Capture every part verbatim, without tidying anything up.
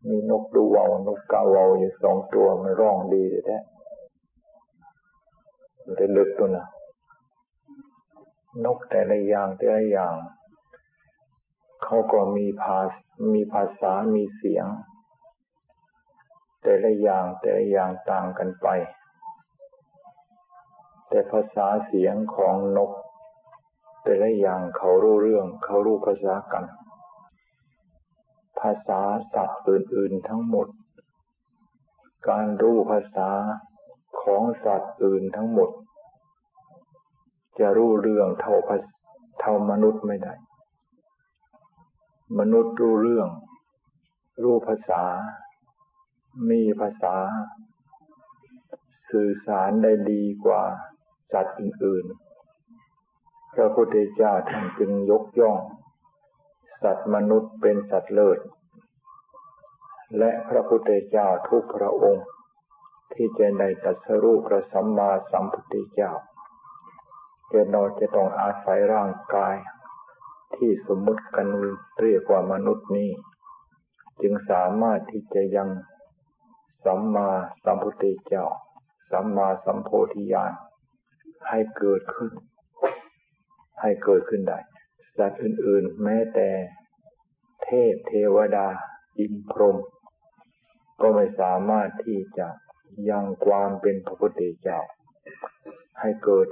มีนกดูว่าวนกกาว่าวอยู่สองตัวมันร้องดีแท้มันจะลึกตัวนะนกแต่ละอย่างแต่ละอย่างเขาก็มีภาษามีภาษามีเสียงแต่ละอย่างแต่ละอย่างต่างกันไปแต่ภาษาเสียงของนกแต่ละอย่างเขารู้เรื่องเขารู้ภาษากันภาษาสัตว์อื่นๆทั้งหมดการรู้ภาษาของสัตว์อื่นทั้งหมดจะรู้เรื่องเท่าเท่ามนุษย์ไม่ได้มนุษย์รู้เรื่องรู้ภาษามีภาษาสื่อสารได้ดีกว่าสัตว์อื่นๆพระพุทธเจ้าท่านจึงยกย่องสัตว์มนุษย์เป็นสัตว์เลิศและพระพุทธเจ้าทุกพระองค์ที่จะได้ตรัสรู้พระสัมมาสัมพุทธเจ้าจะนอนจะต้องอาศัยร่างกายที่สมมุติกันเรียกว่ามนุษย์นี้จึงสามารถที่จะยังสัมมาสัมพุทธเจ้าสัมมาสัมโพธิญาณให้เกิดขึ้นให้เกิดขึ้นได้สัตว์อื่นๆแม้แต่เทพเทวดาอินทร์พรหมก็ไม่สามารถที่จะยังความเป็นพระพุทธเจ้าให้เกิด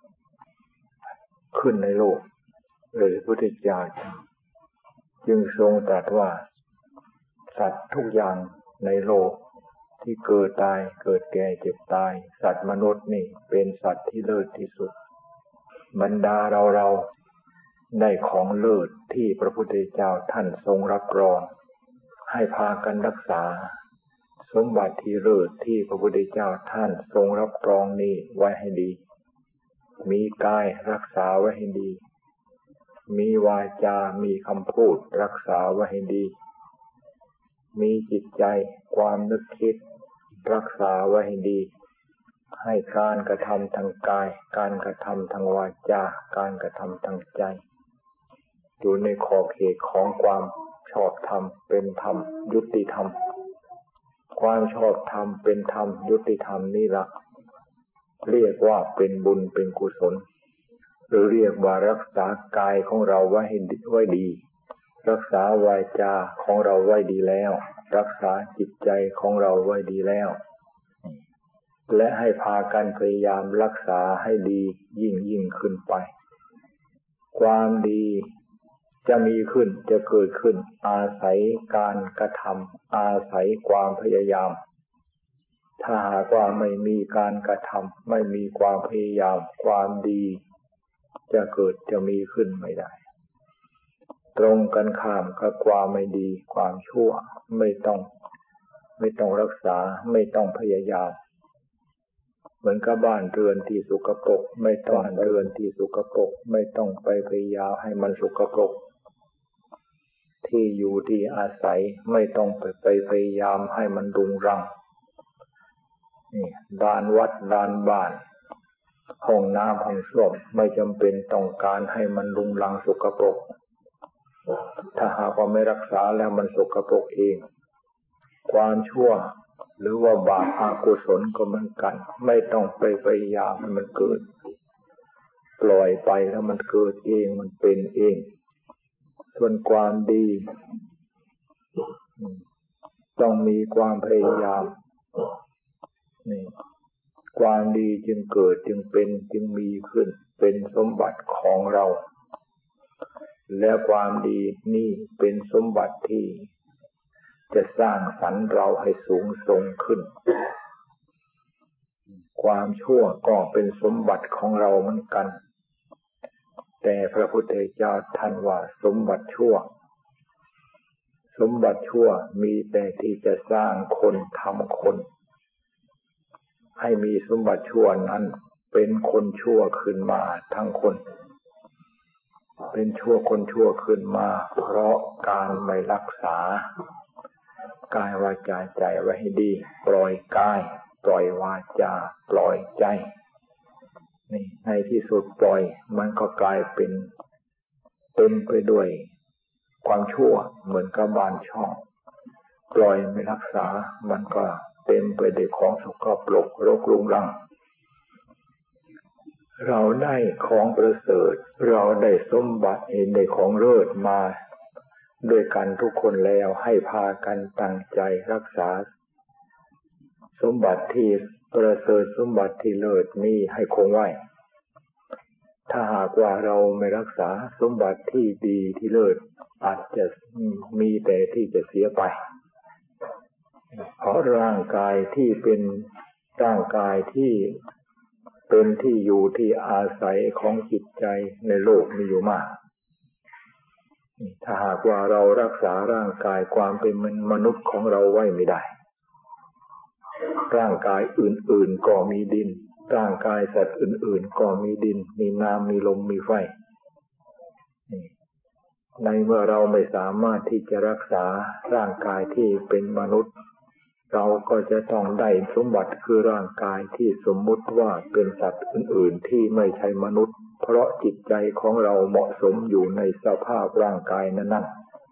ขึ้นในโลกเลยพระพุทธเจ้าจึงทรงตรัสว่าสัตว์ทุกอย่างในโลกที่เกิดตายเกิดแก่เจ็บตายสัตว์มนุษย์นี่เป็นสัตว์ที่เลิศที่สุดบรรดาเราเราได้ของเลิศที่พระพุทธเจ้าท่านทรงรับรองให้พากันรักษาสมบัติที่เลิศที่พระพุทธเจ้าท่านทรงรับรองนี้ไว้ให้ดีมีกายรักษาไว้ให้ดีมีวาจามีคำพูดรักษาไว้ให้ดีมีจิตใจความนึกคิดรักษาไว้ให้ดีให้การกระทำทางกายการกระทำทางวาจาการกระทำทางใจอยู่ในขอบเขตของความชอบธรรมเป็นธรรมยุติธรรมความชอบธรรมเป็นธรรมยุติธรรมนี่ละเรียกว่าเป็นบุญเป็นกุศลหรือเรียกว่ารักษากายของเราไว้ให้ไว้ดีรักษาวาจาของเราไว้ดีแล้วรักษาจิตใจของเราไว้ดีแล้วและให้พากันพยายามรักษาให้ดียิ่งยิ่งขึ้นไปความดีจะมีขึ้นจะเกิดขึ้นอาศัยการกระทำอาศัยความพยายามถ้าหากว่าไม่มีการกระทำไม่มีความพยายามความดีจะเกิดจะมีขึ้นไม่ได้ตรงกันข้ามกับความไม่ดีความชั่วไม่ต้องไม่ต้องรักษาไม่ต้องพยายามเหมือนกับบ้านเรือนที่สกปรกไม่ต้องบ้านเรือนที่สกปรกไม่ต้องไปพยายามให้มันสกปรกที่อยู่ที่อาศัยไม่ต้องไปไปพยายามให้มันรุงรังนี่ลานวัดลานบ้านห้องน้ำห้องส้วมไม่จำเป็นต้องการให้มันรุงรังสกปรกถ้าหากว่าไม่รักษาแล้วมันสกปรกเองความชั่วหรือว่าบาปอกุศลก็เหมือนกันไม่ต้องไปพยายามให้มันเกิดปล่อยไปแล้วมันเกิดเองมันเป็นเองส่วนความดีต้องมีความพยายามนี่ความดีจึงเกิดจึงเป็นจึงมีขึ้นเป็นสมบัติของเราและความดีนี่เป็นสมบัติที่จะสร้างสรรค์เราให้สูงส่งขึ้นความชั่วก็เป็นสมบัติของเราเหมือนกันแต่พระพุทธเจ้าท่านว่าสมบัติชั่วสมบัติชั่วมีแต่ที่จะสร้างคนทำคนให้มีสมบัติชั่วนั้นเป็นคนชั่วขึ้นมาทั้งคนเป็นชั่วคนชั่วขึ้นมาเพราะการไม่รักษากายวาจาใจไว้ให้ดีปล่อยกายปล่อยวาจาปล่อยใจนี่ในที่สุดปล่อยมันก็กลายเป็นเต็มไปด้วยความชั่วเหมือนกับบ้านช่องปล่อยไม่รักษามันก็เต็มไปด้วยของสกปรกรกรุงรังเราได้ของประเสริฐเราได้สมบัติได้ของเลิศมาด้วยกันทุกคนแล้วให้พากันตั้งใจรักษาสมบัติที่ประเสริฐสมบัติที่เลิศนี้ให้คงไว้ถ้าหากว่าเราไม่รักษาสมบัติที่ดีที่เลิศอาจจะมีแต่ที่จะเสียไปเพราะร่างกายที่เป็นร่างกายที่เป็นที่อยู่ที่อาศัยของจิตใจในโลกมีอยู่มากถ้าหากว่าเรารักษาร่างกายความเป็นมนุษย์ของเราไว้ไม่ได้ร่างกายอื่นๆก็มีดินร่างกายสัตว์อื่นๆก็มีดินมีน้ำมีลมมีไฟในเมื่อเราไม่สามารถที่จะรักษาร่างกายที่เป็นมนุษย์เราก็จะต้องได้สมบัติคือร่างกายที่สมมุติว่าเป็นสัตว์อื่นๆที่ไม่ใช่มนุษย์เพราะจิตใจของเราเหมาะสมอยู่ในสภาพร่างกายนั้น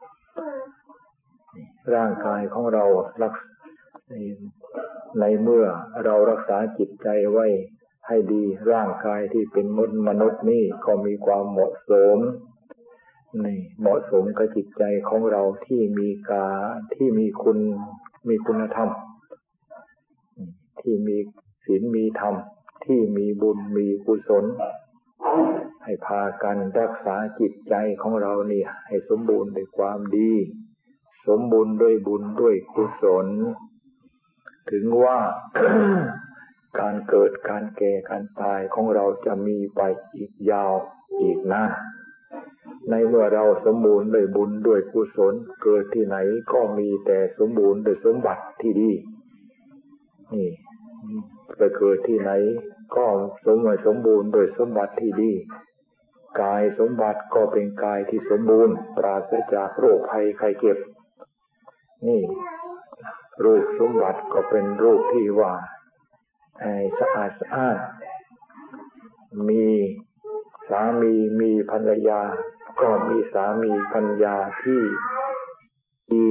ๆร่างกายของเรารักในเมื่อเรารักษาจิตใจไว้ให้ดีร่างกายที่เป็นมนุษย์นี่ก็มีความเหมาะสมนี่เหมาะสมกับจิตใจของเราที่มีกาที่มีคุณมีคุณธรรมที่มีศีลมีธรรมที่มีบุญมีกุศลให้พากันรักษาจิตใจของเรานี่ให้สมบูรณ์ด้วยความดีสมบูรณ์ด้วยบุญด้วยกุศลถึงว่า การเกิดการแก่การตายของเราจะมีไปอีกยาวอีกนานในเมื่อเราสมบูรณ์ด้วยบุญด้วยกุศลเกิดที่ไหนก็มีแต่สมบูรณ์ด้วยสมบัติที่ดีนี่ไปเกิดที่ไหนก็สมสมบูรณ์ด้วยสมบัติที่ดีกายสมบัติก็เป็นกายที่สมบูรณ์ปราศจากโรคภัยไข้เจ็บนี่รูปสมบัติก็เป็นรูปที่ว่าสะอาดสะอาดมีสามีมีภรรยาก็มีสามีภรรยาที่ดี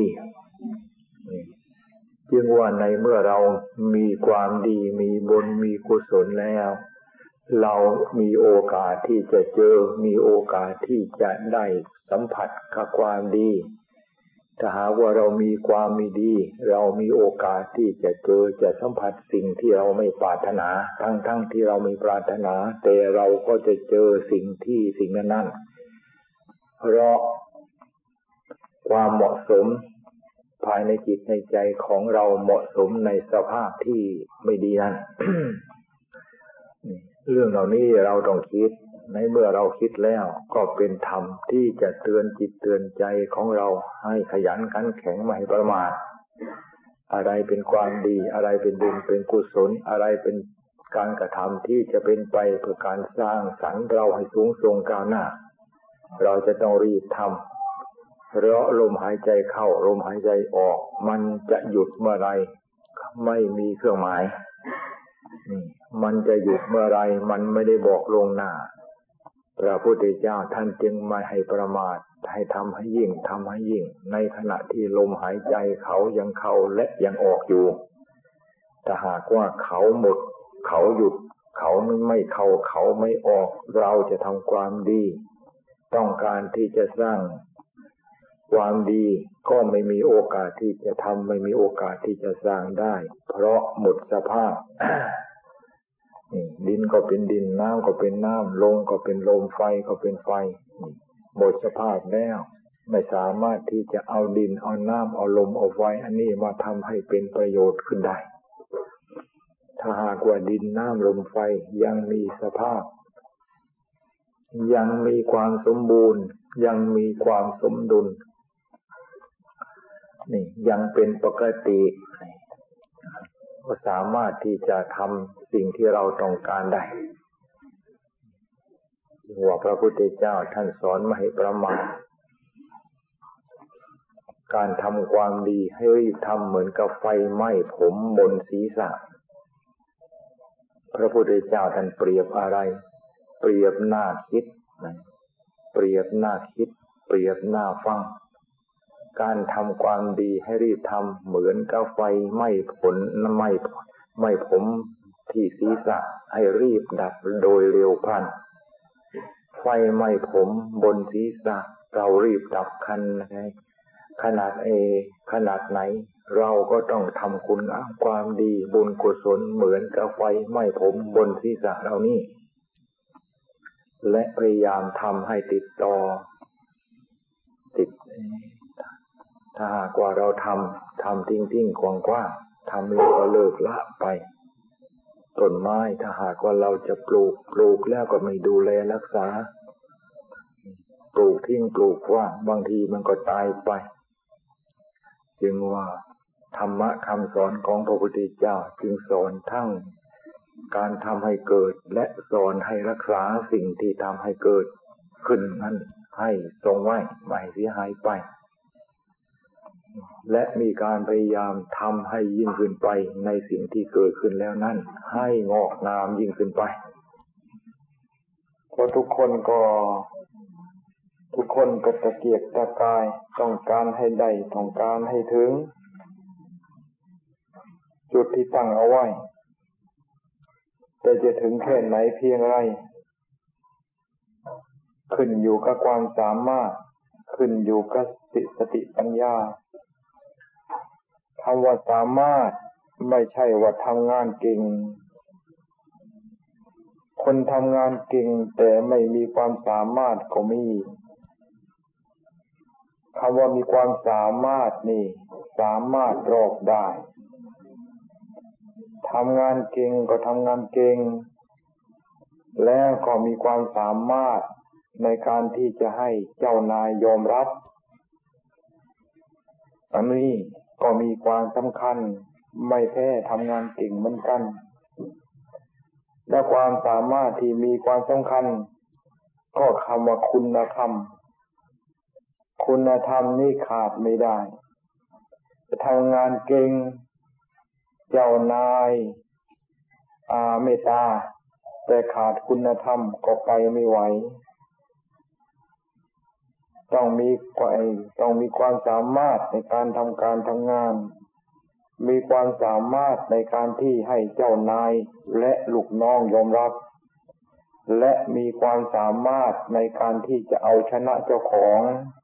จึงว่าในเมื่อเรามีความดีมีบุญมีกุศลแล้วเรามีโอกาสที่จะเจอมีโอกาสที่จะได้สัมผัสกับความดีถ้าหากว่าเรามีความมีดีเรามีโอกาสที่จะเจอจะสัมผัสสิ่งที่เราไม่ปรารถนาทั้งๆ ท, ที่เราไม่ปรารถนาแต่เราก็จะเจอสิ่งที่สิ่งนั้นๆเพราะความเหมาะสมภายในจิตในใจของเราเหมาะสมในสภาพที่ไม่ดีนั้น เรื่องเหล่านี้เราต้องคิดในเมื่อเราคิดแล้วก็เป็นธรรมที่จะเตือนจิตเตือนใจของเราให้ขยันขันแข็งไม่ให้ประมาทอะไรเป็นความดีอะไรเป็นบุญเป็นกุศลอะไรเป็นการกระทำที่จะเป็นไปเพื่อการสร้างสรรค์เราให้สูงส่งก้าวหน้าเราจะต้องรีบทำเพราะลมหายใจเข้าลมหายใจออกมันจะหยุดเมื่อไรไม่มีเครื่องหมายมันจะหยุดเมื่อไรมันไม่ได้บอกลวงหน้าพระพุทธเจ้าท่านจึงไม่ให้ประมาทให้ทำให้ยิ่งทำให้ยิ่งในขณะที่ลมหายใจเขายังเข้าและยังออกอยู่ถ้าหากว่าเขาหมดเขาหยุดเขาไม่เข้าเขาไม่ออกเราจะทำความดีต้องการที่จะสร้างความดีก็ไม่มีโอกาสที่จะทำไม่มีโอกาสที่จะสร้างได้เพราะหมดสภาพ ดินก็เป็นดินน้ำก็เป็นน้ำลมก็เป็นลมไฟก็เป็นไฟหมดสภาพแล้วไม่สามารถที่จะเอาดินเอาน้ำเอาลมเอาไฟอันนี้มาทำให้เป็นประโยชน์ขึ้นได้ถ้าหากว่าดินน้ำลมไฟยังมีสภาพยังมีความสมบูรณ์ยังมีความสมดุลนี่ยังเป็นปกติก็สามารถที่จะทำสิ่งที่เราต้องการได้ว่าพระพุทธเจ้าท่านสอนไม่ให้ประมาทการทำความดีให้รีบทำเหมือนกับไฟไหม้ผมบนศีรษะพระพุทธเจ้าท่านเปรียบอะไรเปรียบหน้าคิดเปรียบหน้าคิดเปรียบหน้าฟังการทำความดีให้รีบทำเหมือนกับไฟไหม้ผลไม่ไม่ผมที่ศีรษะให้รีบดับโดยเร็วพลันไฟไหม้ผมบนศีรษะเรารีบดับคันขนาดเอขนาดไหนเราก็ต้องทำคุณงามความดีบุญกุศลเหมือนกับไฟไหม้ผมบนศีรษะเรานี่และพยายามทำให้ติดต่อติดถ้าหากว่าเราทำทำทิ้งทิ้งกว้างกว้างทำแล้วก็เลิกละไปต้นไม้ถ้าหากว่าเราจะปลูกปลูกแล้วก็ไม่ดูแลรักษาปลูกทิ้งปลูกว่างบางทีมันก็ตายไปจึงว่าธรรมะคำสอนของพระพุทธเจ้าจึงสอนทั้งการทำให้เกิดและสอนให้รักษาสิ่งที่ทำให้เกิดขึ้นนั้นให้ทรงไว้ไม่เสียหายไปและมีการพยายามทำให้ยิ่งขึ้นไปในสิ่งที่เกิดขึ้นแล้วนั้นให้งอกงามยิ่งขึ้นไปเพราะทุกคนก็ทุกคนก็ตะเกียกตะกายต้องการให้ได้ต้องการให้ถึงจุดที่ตั้งเอาไว้แต่จะถึงแค่ไหนเพียงไรขึ้นอยู่กับความสามารถขึ้นอยู่กับสติปัญญาคำว่าสามารถไม่ใช่ว่าทำงานเก่งคนทำงานเก่งแต่ไม่มีความสามารถก็มีคำว่ามีความสามารถนี่สามารถรอบได้ทำงานเก่งก็ทำงานเก่งแล้วก็มีความสามารถในการที่จะให้เจ้านายยอมรับอันนี้ก็มีความสำคัญไม่แพ้ทำงานเก่งเหมือนกันและความสามารถที่มีความสำคัญก็คำว่าคุณธรรมคุณธรรมนี่ขาดไม่ได้จะทำงานเก่งเจ้านายอาเมตตาแต่ขาดคุณธรรมก็ไปไม่ไหวต้องมีต้องมีความสามารถในการทำการทำงานมีความสามารถในการที่ให้เจ้านายและลูกน้องยอมรับและมีความสามารถในการที่จะเอาชนะเจ้าของ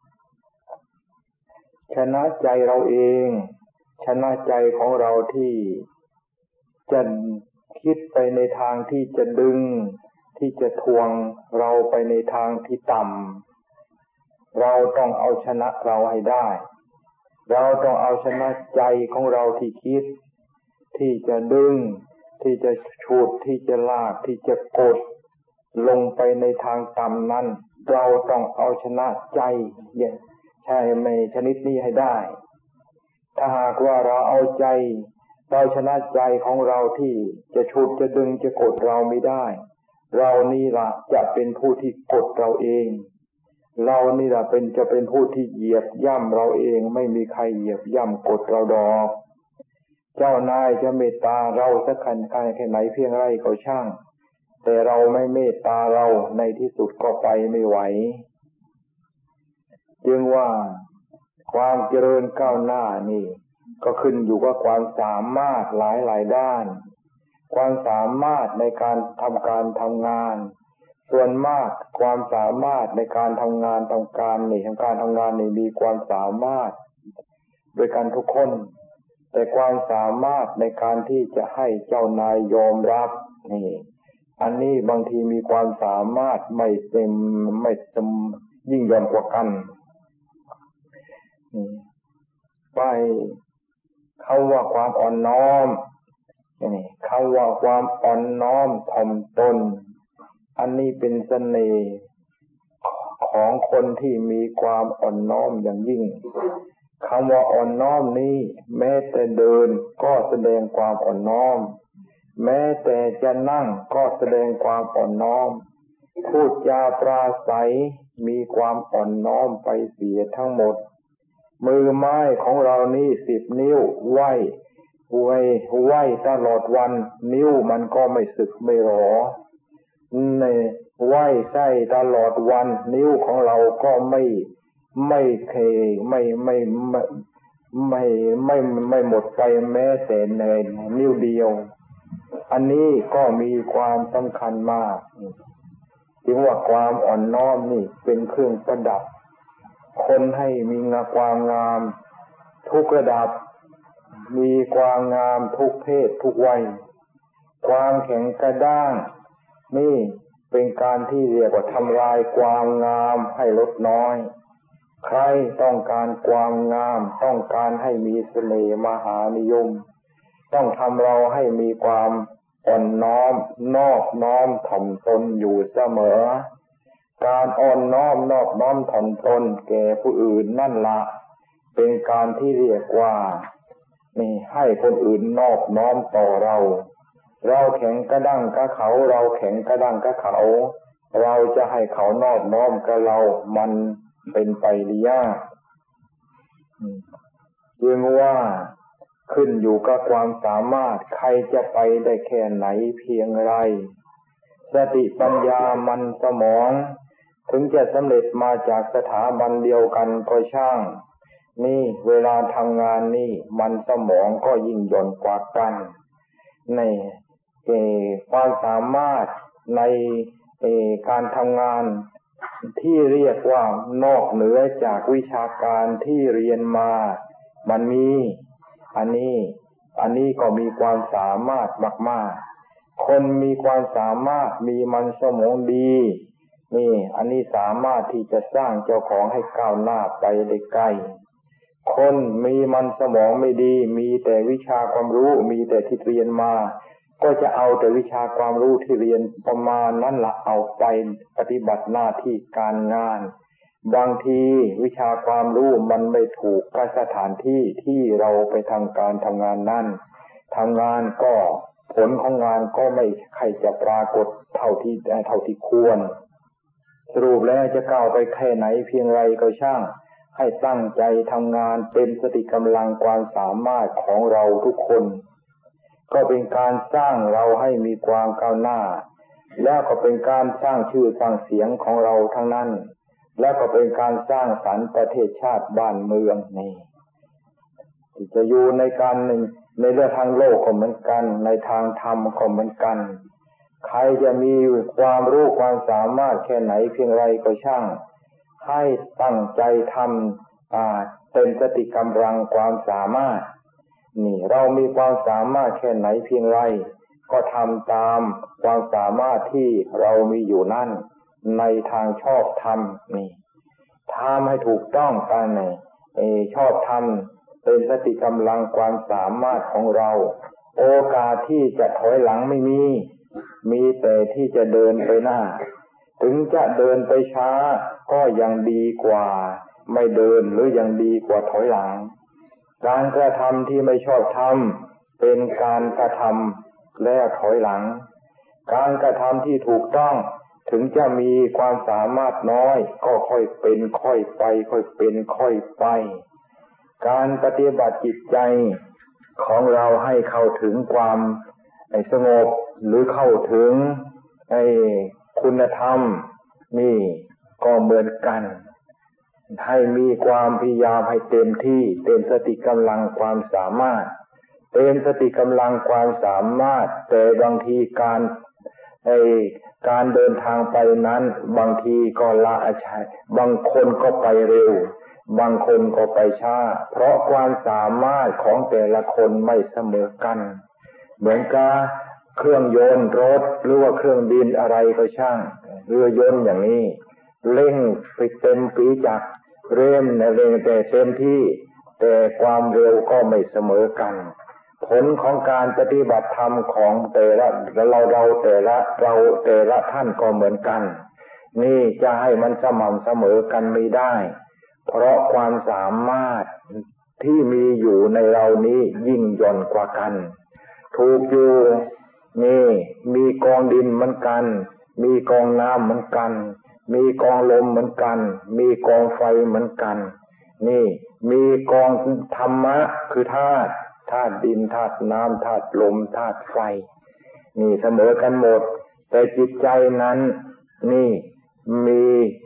ชนะใจเราเองชนะใจของเราที่จะคิดไปในทางที่จะดึงที่จะทวงเราไปในทางที่ต่ำเราต้องเอาชนะเราให้ได้เราต้องเอาชนะใจของเราที่คิดที่จะดึงที่จะฉุดที่จะลากที่จะกดลงไปในทางต่ำนั้นเราต้องเอาชนะใจใช่ไหมชนิดนี้ให้ได้ถ้าหากว่าเราเอาใจเราชนะใจของเราที่จะฉุดจะดึงจะกดเราไม่ได้เรานี่ล่ะจะเป็นผู้ที่กดเราเองเรานี่ล่ะเป็นจะเป็นผู้ที่เหยียบย่ำเราเองไม่มีใครเหยียบย่ำกดเราดอกเจ้านายจะเมตตาเราสักขนาดแค่ไหนเพียงไรก็ช่างแต่เราไม่เมตตาเราในที่สุดก็ไปไม่ไหวจึงว่าความเจริญก้าวหน้านี่ก็ขึ้นอยู่กับความสามารถหลายหลายด้านความสามารถในการทำการทำงานส่วนมากความสามารถในการทำงานทำการนี่ทำการทำงานนี่มีความสามารถโดยการทุกคนแต่ความสามารถในการที่จะให้เจ้านายยอมรับนี่อันนี้บางทีมีความสามารถไม่เต็มไม่สมยิ่งย่อนกว่ากันไปคำว่าความอ่อนน้อมนี่คำว่าความอ่อนน้อมถ่อมตนอันนี้เป็นเสน่ห์ของคนที่มีความอ่อนน้อมอย่างยิ่งคำว่าอ่อนน้อมนี้แม้แต่เดินก็แสดงความอ่อนน้อมแม้แต่จะนั่งก็แสดงความอ่อนน้อมพูดจาปราศัยมีความอ่อนน้อมไปเสียทั้งหมดมือไม้ของเรานี่สิบนิ้วไหวไหวไหวตลอดวันนิ้วมันก็ไม่สึกไม่หรอในไหวไส้ตลอดวันนิ้วของเราก็ไม่ไม่เคยไม่ไม่ไม่ไม่ไม่ไม่หมดไปแม้แต่ในนิ้วเดียวอันนี้ก็มีความสำคัญมากจึงว่าความอ่อนน้อมนี่เป็นเครื่องประดับคนให้มีงามความงามทุกระดับมีความงามทุกเพศทุกวัยความแข็งกระด้างนี่เป็นการที่เรียกว่าทำลายความงามให้ลดน้อยใครต้องการความงามต้องการให้มีเสน่ห์มหานิยมต้องทำเราให้มีความอ่อนน้อมนอบน้อมถ่อมตนอยู่เสมอการอ่อนน้อมนอบน้อมถ่อมตนแก่ผู้อื่นนั่นละเป็นการที่เรียกว่านี่ให้คนอื่นนอบน้อมต่อเราเราแข็งกระด้างกับเขาเราแข็งกระด้างกับเขาเราจะให้เขานอบน้อมกับเรามันเป็นไปได้ยากจึงว่าขึ้นอยู่กับความสามารถใครจะไปได้แค่ไหนเพียงไรสติปัญญามันสมองถึงจะสำเร็จมาจากสถาบันเดียวกันก็ช่างนี่เวลาทำงานนี่มันสมองก็ยิ่งหย่อนกว่ากันในความสามารถในการทำงานที่เรียกว่านอกเหนือจากวิชาการที่เรียนมามันมีอันนี้อันนี้ก็มีความสามารถมากๆคนมีความสามารถมีมันสมองดีนี่อันนี้สามารถที่จะสร้างเจ้าของให้ก้าวหน้าไปได้ไกลคนมีมันสมองไม่ดีมีแต่วิชาความรู้มีแต่ที่เรียนมาก็จะเอาแต่วิชาความรู้ที่เรียนประมาณนั้นละเอาไปปฏิบัติหน้าที่การงานบางทีวิชาความรู้มันไม่ถูกกับสถานที่ที่เราไปทำการทำงานนั้นทำงานก็ผลของงานก็ไม่ใครจะปรากฏเท่าที่เท่าที่ควรสรุปแล้วจะก้าวไปแค่ไหนเพียงไรก็ช่างให้ตั้งใจทำงานเต็มสติกำลังความสามารถของเราทุกคนก็เป็นการสร้างเราให้มีความก้าวหน้าแล้วก็เป็นการสร้างชื่อสร้างเสียงของเราทั้งนั้นแล้วก็เป็นการสร้างสรรค์ประเทศชาติบ้านเมืองนี่ที่จะอยู่ในการหนึ่งในเรื่องทางโลกก็เหมือนกันในทางธรรมก็เหมือนกันใครจะมีความรู้ความสามารถแค่ไหนเพียงไรก็ช่างให้ตั้งใจทำอ่าเต็มสติกำลังความสามารถนี่เรามีความสามารถแค่ไหนเพียงไรก็ทำตามความสามารถที่เรามีอยู่นั่นในทางชอบธรรมนี่ทำให้ถูกต้องกันในชอบธรรมเป็นสติกำลังความสามารถของเราโอกาสที่จะถอยหลังไม่มีมีแต่ที่จะเดินไปหน้าถึงจะเดินไปช้าก็ยังดีกว่าไม่เดินหรือยังดีกว่าถอยหลังการกระทำที่ไม่ชอบทำเป็นการกระทำแล้วถอยหลังการกระทำที่ถูกต้องถึงจะมีความสามารถน้อยก็ค่อยเป็นค่อยไปค่อยเป็นค่อยไปการปฏิบัติจิตใจของเราให้เข้าถึงความสงบหรือเข้าถึงคุณธรรมนี่ก็เหมือนกันให้มีความพยายามให้เต็มที่เต็มสติกำลังความสามารถเต็มสติกำลังความสามารถแต่บางทีการไอ้การเดินทางไปนั้นบางทีก็ละชัยบางคนก็ไปเร็วบางคนก็ไปช้าเพราะความสามารถของแต่ละคนไม่เสมอกันเหมือนกับเครื่องยนต์รถหรือว่าเครื่องบินอะไรก็ช่างเรือยนต์อย่างนี้เร่งไปเต็มปีจักรเร่งเร่งแต่เต็มที่แต่ความเร็วก็ไม่เสมอกันผลของการปฏิบัติธรรมของแต่ละเราเราแต่ละเราแต่ละท่านก็เหมือนกันนี่จะให้มันสม่ำเสมอกันไม่ได้เพราะความสามารถที่มีอยู่ในเรานี้ยิ่งหย่อนกว่ากันถูกอยู่นี่มีกองดินเหมือนกันมีกองน้ำเหมือนกันมีกองลมเหมือนกันมีกองไฟเหมือนกันนี่มีกองธรรมะคือธาตุธาตุดินธาตุน้ำธาตุลมธาตุไฟนี่เสมอกันหมดแต่จิตใจนั้นนี่มี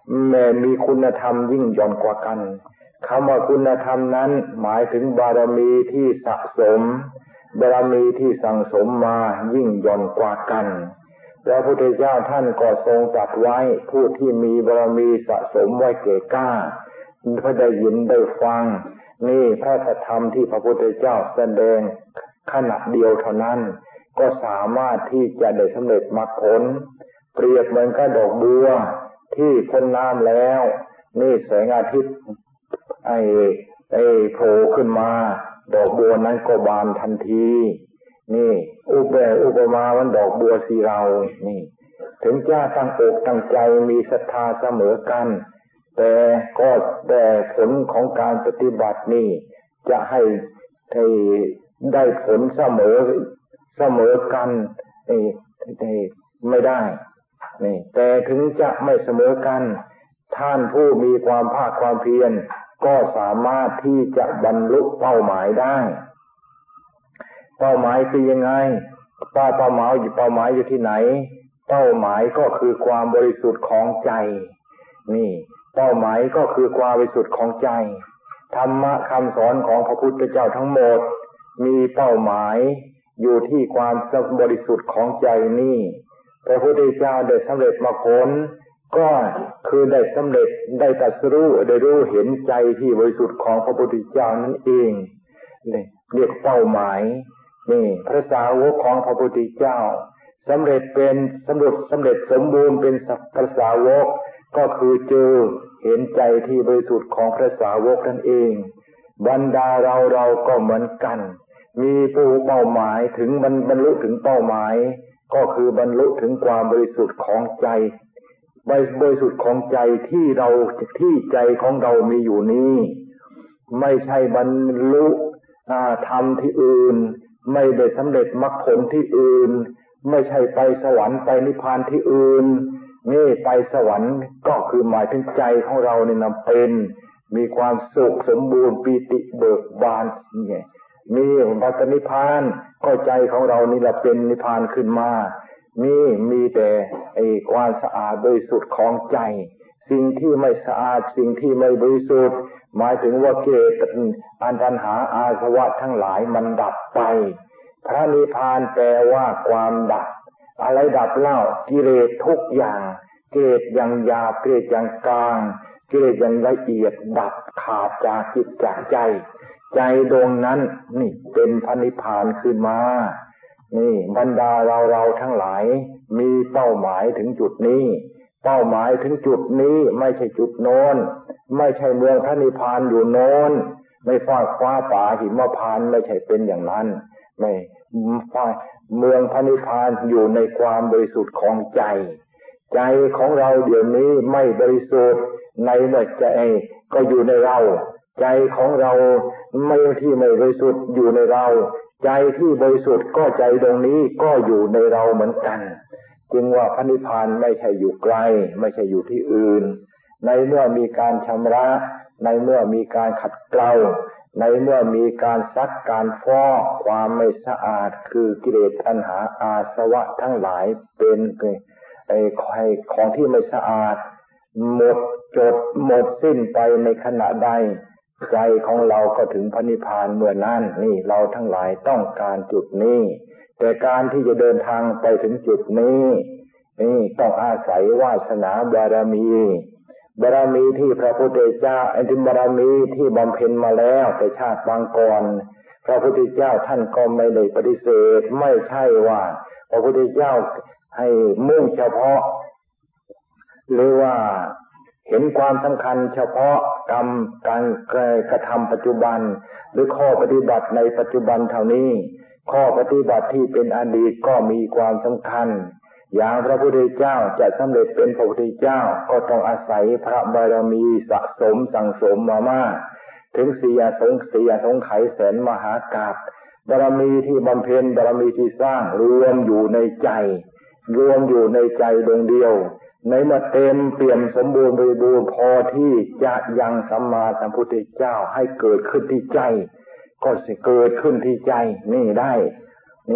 แม้มีคุณธรรมยิ่งย่อนกว่ากันคำว่าคุณธรรมนั้นหมายถึงบารมีที่สะสมบารมีที่สั่งสมมายิ่งย่อนกว่ากันพระพุทธเจ้าท่านก็ทรงตรัสไว้ผู้ที่มีบารมีสะสมไว้เก่กล้าเพื่อได้ยินได้ฟังนี่พระธรรมที่พระพุทธเจ้าแสดงขณะเดียวเท่านั้นก็สามารถที่จะได้สำเร็จมรรคผลเปรียบเหมือนกับดอกบัวที่พ้นน้ำแล้วนี่แสงอาทิตย์ไอ้ไอ้โผล่ขึ้นมาดอกบัวนั้นก็บานทันทีนี่อุปมาอุปมาวันดอกบัวสีเรานี่ถึงจะตั้งอกตั้งใจมีศรัทธาเสมอกันแต่ก็แต่ผลของการปฏิบัตินี่จะให้ให้ได้ผลเสมอเสมอกันไอ้ไม่ได้นี่แต่ถึงจะไม่เสมอกันท่านผู้มีความภาคความเพียรก็สามารถที่จะบรรลุเป้าหมายได้เป้าหมายคือยังไงเป้าหมายอยู่เป้าหมายอยู่ที่ไหนเป้าหมายก็คือความบริสุทธิ์ของใจนี่เป้าหมายก็คือความบริสุทธิ์ของใจธรรมะคำสอนของพระพุทธเจ้าทั้งหมดมีเป้าหมายอยู่ที่ความบริสุทธิ์ของใจนี่พระพุทธเจ้าได้สำเร็จมรรคผลก็คือได้สำเร็จได้ตรัสรู้ได้รู้เห็นใจที่บริสุทธิ์ของพระพุทธเจ้านั่นเองนี่เรียกเป้าหมายนี่พระสาวกของพระพุทธเจ้าสำเร็จเป็นสำเร็จสำเร็จสมบูรณ์เป็นพระสาวกก็คือเจอเห็นใจที่บริสุทธิ์ของพระสาวกนั่นเองบรรดาเราเราก็เหมือนกันมีผู้เป้าหมายถึงบรรลุถึงเป้าหมายก็คือบรรลุถึงความบริสุทธิ์ของใจบริสุทธิ์ของใจที่เราที่ใจของเรามีอยู่นี้ไม่ใช่บรรลุธรรมที่อื่นไม่ได้สำเร็จมรรคผลที่อื่นไม่ใช่ไปสวรรค์ไปนิพพานที่อื่นนี่ไปสวรรค์ก็คือหมายถึงใจของเราเนี่ยนะเป็นมีความสุขสมบูรณ์ปีติเบิกบานนี่มีปัจนิพพานก็ใจของเรานี่แหละเป็นนิพพานขึ้นมานี่มีแต่ไอ้ความสะอาดบริสุทธิ์ของใจสิ่งที่ไม่สะอาดสิ่งที่ไม่บริสุทธิ์หมายถึงว่ากิเลสอันตัณหาอาสวะทั้งหลายมันดับไปพระนิพพานแปลว่าความดับอะไรดับเล่ากิเลสทุกอย่างกิเลสอย่างหยาบกิเลสอย่างกลางกิเลสอย่างละเอียดดับขาดจากจิตจากใจใจดวงนั้นนี่เป็นพระนิพพานขึ้นมานี่บรรดาเราเราทั้งหลายมีเป้าหมายถึงจุดนี้เป้าหมายถึงจุดนี้ไม่ใช่จุดโน้นไม่ใช่เมืองพระนิพพานอยู่โน้นไม่ฟากฟ้าป่าหิมพานต์ไม่ใช่เป็นอย่างนั้นไม่เมืองพระนิพพานอยู่ในความบริสุทธิ์ของใจใจของเราเดี๋ยวนี้ไม่บริสุทธิ์ในเมื่อใจก็อยู่ในเราใจของเราไม่ที่ไม่บริสุทธิ์อยู่ในเราใจที่บริสุทธิ์ก็ใจตรงนี้ก็อยู่ในเราเหมือนกันจึงว่าพระนิพพานไม่ใช่อยู่ไกลไม่ใช่อยู่ที่อื่นในเมื่อมีการชำระในเมื่อมีการขัดเกลาในเมื่อมีการซักการฟอกความไม่สะอาดคือกิเลสตัณหาอาสวะทั้งหลายเป็นไอ้ของที่ไม่สะอาดหมดจดหมดสิ้นไปในขณะใดใจของเราก็ถึงพระนิพพานเมื่อนั้นนี่เราทั้งหลายต้องการจุดนี้แต่การที่จะเดินทางไปถึงจุดนี้นี่ต้องอาศัยวาสนาบารมีบารมีที่พระพุทธเจ้าไอ้ที่บารมีที่บำเพ็ญมาแล้วแต่ชาติบางก่อนพระพุทธเจ้าท่านก็ไม่ได้ปฏิเสธไม่ใช่ว่าพระพุทธเจ้าให้มุ่งเฉพาะหรือว่าเห็นความสำคัญเฉพาะกรรมการกระทำปัจจุบันหรือข้อปฏิบัติในปัจจุบันเท่านี้ข้อปฏิบัติที่เป็นอดีตก็มีความสำคัญอย่างพระพุทธเจ้าจะสำเร็จเป็นพระพุทธเจ้าก็ต้องอาศัยพระบารมีสะสมสั่งสมมามากถึงสี่อสงไขยสงไขยแสนมหากาพย์บารมีที่บำเพ็ญบารมีที่สร้างรวมอยู่ในใจรวมอยู่ในใจดวงเดียวในเมื่อเต็มเปี่ยมสมบูรณ์บริบูรณ์พอที่จะยังสัมมาสัมพุทธเจ้าให้เกิดขึ้นที่ใจก็จะเกิดขึ้นที่ใจนี่ได้นี่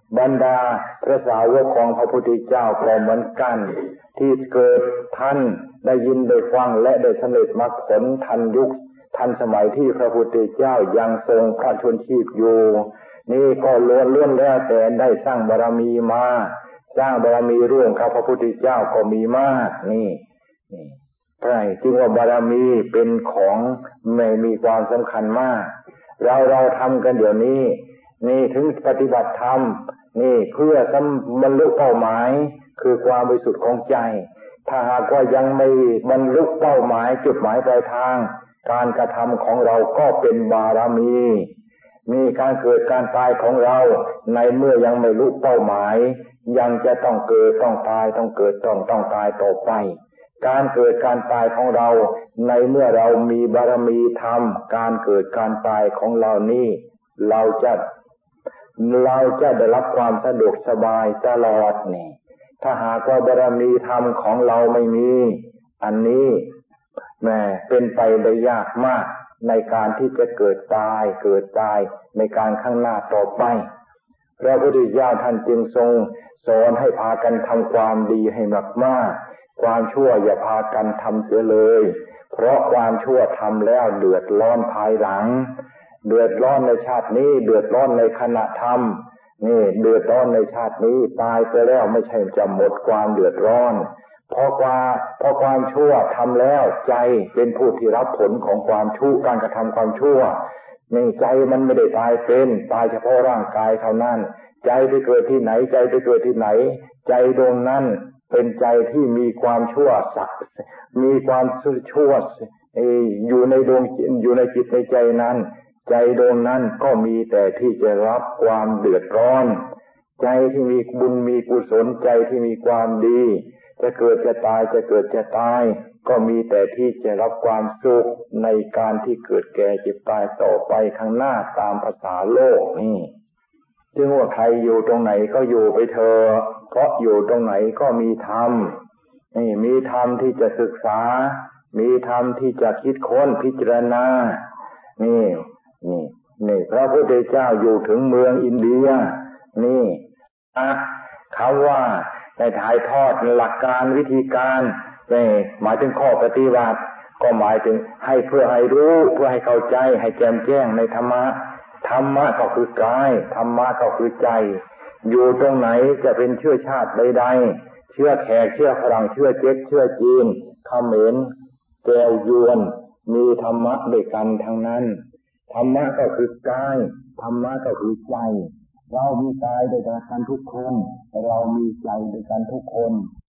บรรดาพระสาวกของพระพุทธเจ้าก็เหมือนกันที่เกิดท่านได้ยินได้ฟังและได้สำเร็จมรรคผลทันยุคทันสมัยที่พระพุทธเจ้ายังทรงพระชนชีพอยู่นี่ก็ล้วนล้วนแล้วแต่ได้สร้างบารมีมาสร้างบารมีร่วมกับพระพุทธเจ้าก็มีมากนี่นี่ใช่จึงว่าบารมีเป็นของไม่มีความสำคัญมากเราเราทำกันเดี๋ยวนี้นี่ถึงปฏิบัติธรรมนี่เพื่อบรรลุเป้าหมายคือความบริสุทธิ์ของใจถ้าหากว่ายังไม่บรรลุเป้าหมายจุดหมายปลายทางการกระทำของเราก็เป็นบารมีมีการเกิดการตายของเราในเมื่อยังไม่รู้เป้าหมายยังจะต้องเกิดต้องตายต้องเกิดต้องต้องตายต่อไปการเกิดการตายของเราในเมื่อเรามีบารมีธรรมการเกิดการตายของเรานี้เราจะเราจะได้รับความสะดวกสบายตลอดนี่ถ้าหากว่าบารมีธรรมของเราไม่มีอันนี้แม่เป็นไปได้ยากมากในการที่จะเกิดตายเกิดตายในการข้างหน้าต่อไปพระพุทธเจ้าท่านจึงทรงสอนให้พากันทำความดีให้มากๆความชั่วอย่าพากันทำเสียเลยเพราะความชั่วทำแล้วเดือดร้อนภายหลังเดือดร้อนในชาตินี้เดือดร้อนในขณะทำนี่เดือดร้อนในชาตินี้ตายไปแล้วไม่ใช่จะหมดความเดือดร้อนเพราะว่าเพราะความชั่วทำแล้วใจเป็นผู้ที่รับผลของความชั่วการกระทำความชั่วนี่ใจมันไม่ได้ตายเป็นตายเฉพาะร่างกายเท่านั้นใจไปเกิดที่ไหนใจไปเกิดที่ไหนใจดวงนั้นเป็นใจที่มีความชั่วสักมีความชั่วอยู่ในดวงอยู่ในจิตในใจนั้นใจดวงนั้นก็มีแต่ที่จะรับความเดือดร้อนใจที่มีบุญมีกุศลใจที่มีความดีจะเกิดจะตายจะเกิดจะตายก็มีแต่ที่จะรับความสุขในการที่เกิดแก่เจ็บตายต่อไปข้างหน้าตามภาษาโลกนี่จึงว่าใครอยู่ตรงไหนก็อยู่ไปเถอะเพราะอยู่ตรงไหนก็มีธรรมนี่มีธรรมที่จะศึกษามีธรรมที่จะคิดค้นพิจารณานี่นี่นี่พระพุทธเจ้าอยู่ถึงเมืองอินเดียนี่อ่ะคำว่าได้ถ่ายทอดหลักการวิธีการนี่หมายถึงข้อปฏิบัติก็หมายถึงให้เพื่อให้รู้เพื่อให้เข้าใจให้แจ่มแจ้งในธรรมะธรรมะก็คือกายธรรมะก็คือใจอยู่ตรงไหนจะเป็นเชื้อชาติใดๆเชื้อแขกเชื้อฝรั่งเชื้อเจ๊กเชื้อจีนเขมรแก้วยวนมีธรรมะด้วยกันทั้งนั้นธรรมะก็คือกายธรรมะก็คือใจเรามีกายด้วยกันทุกคนเรามีใจด้วยกันทุกคน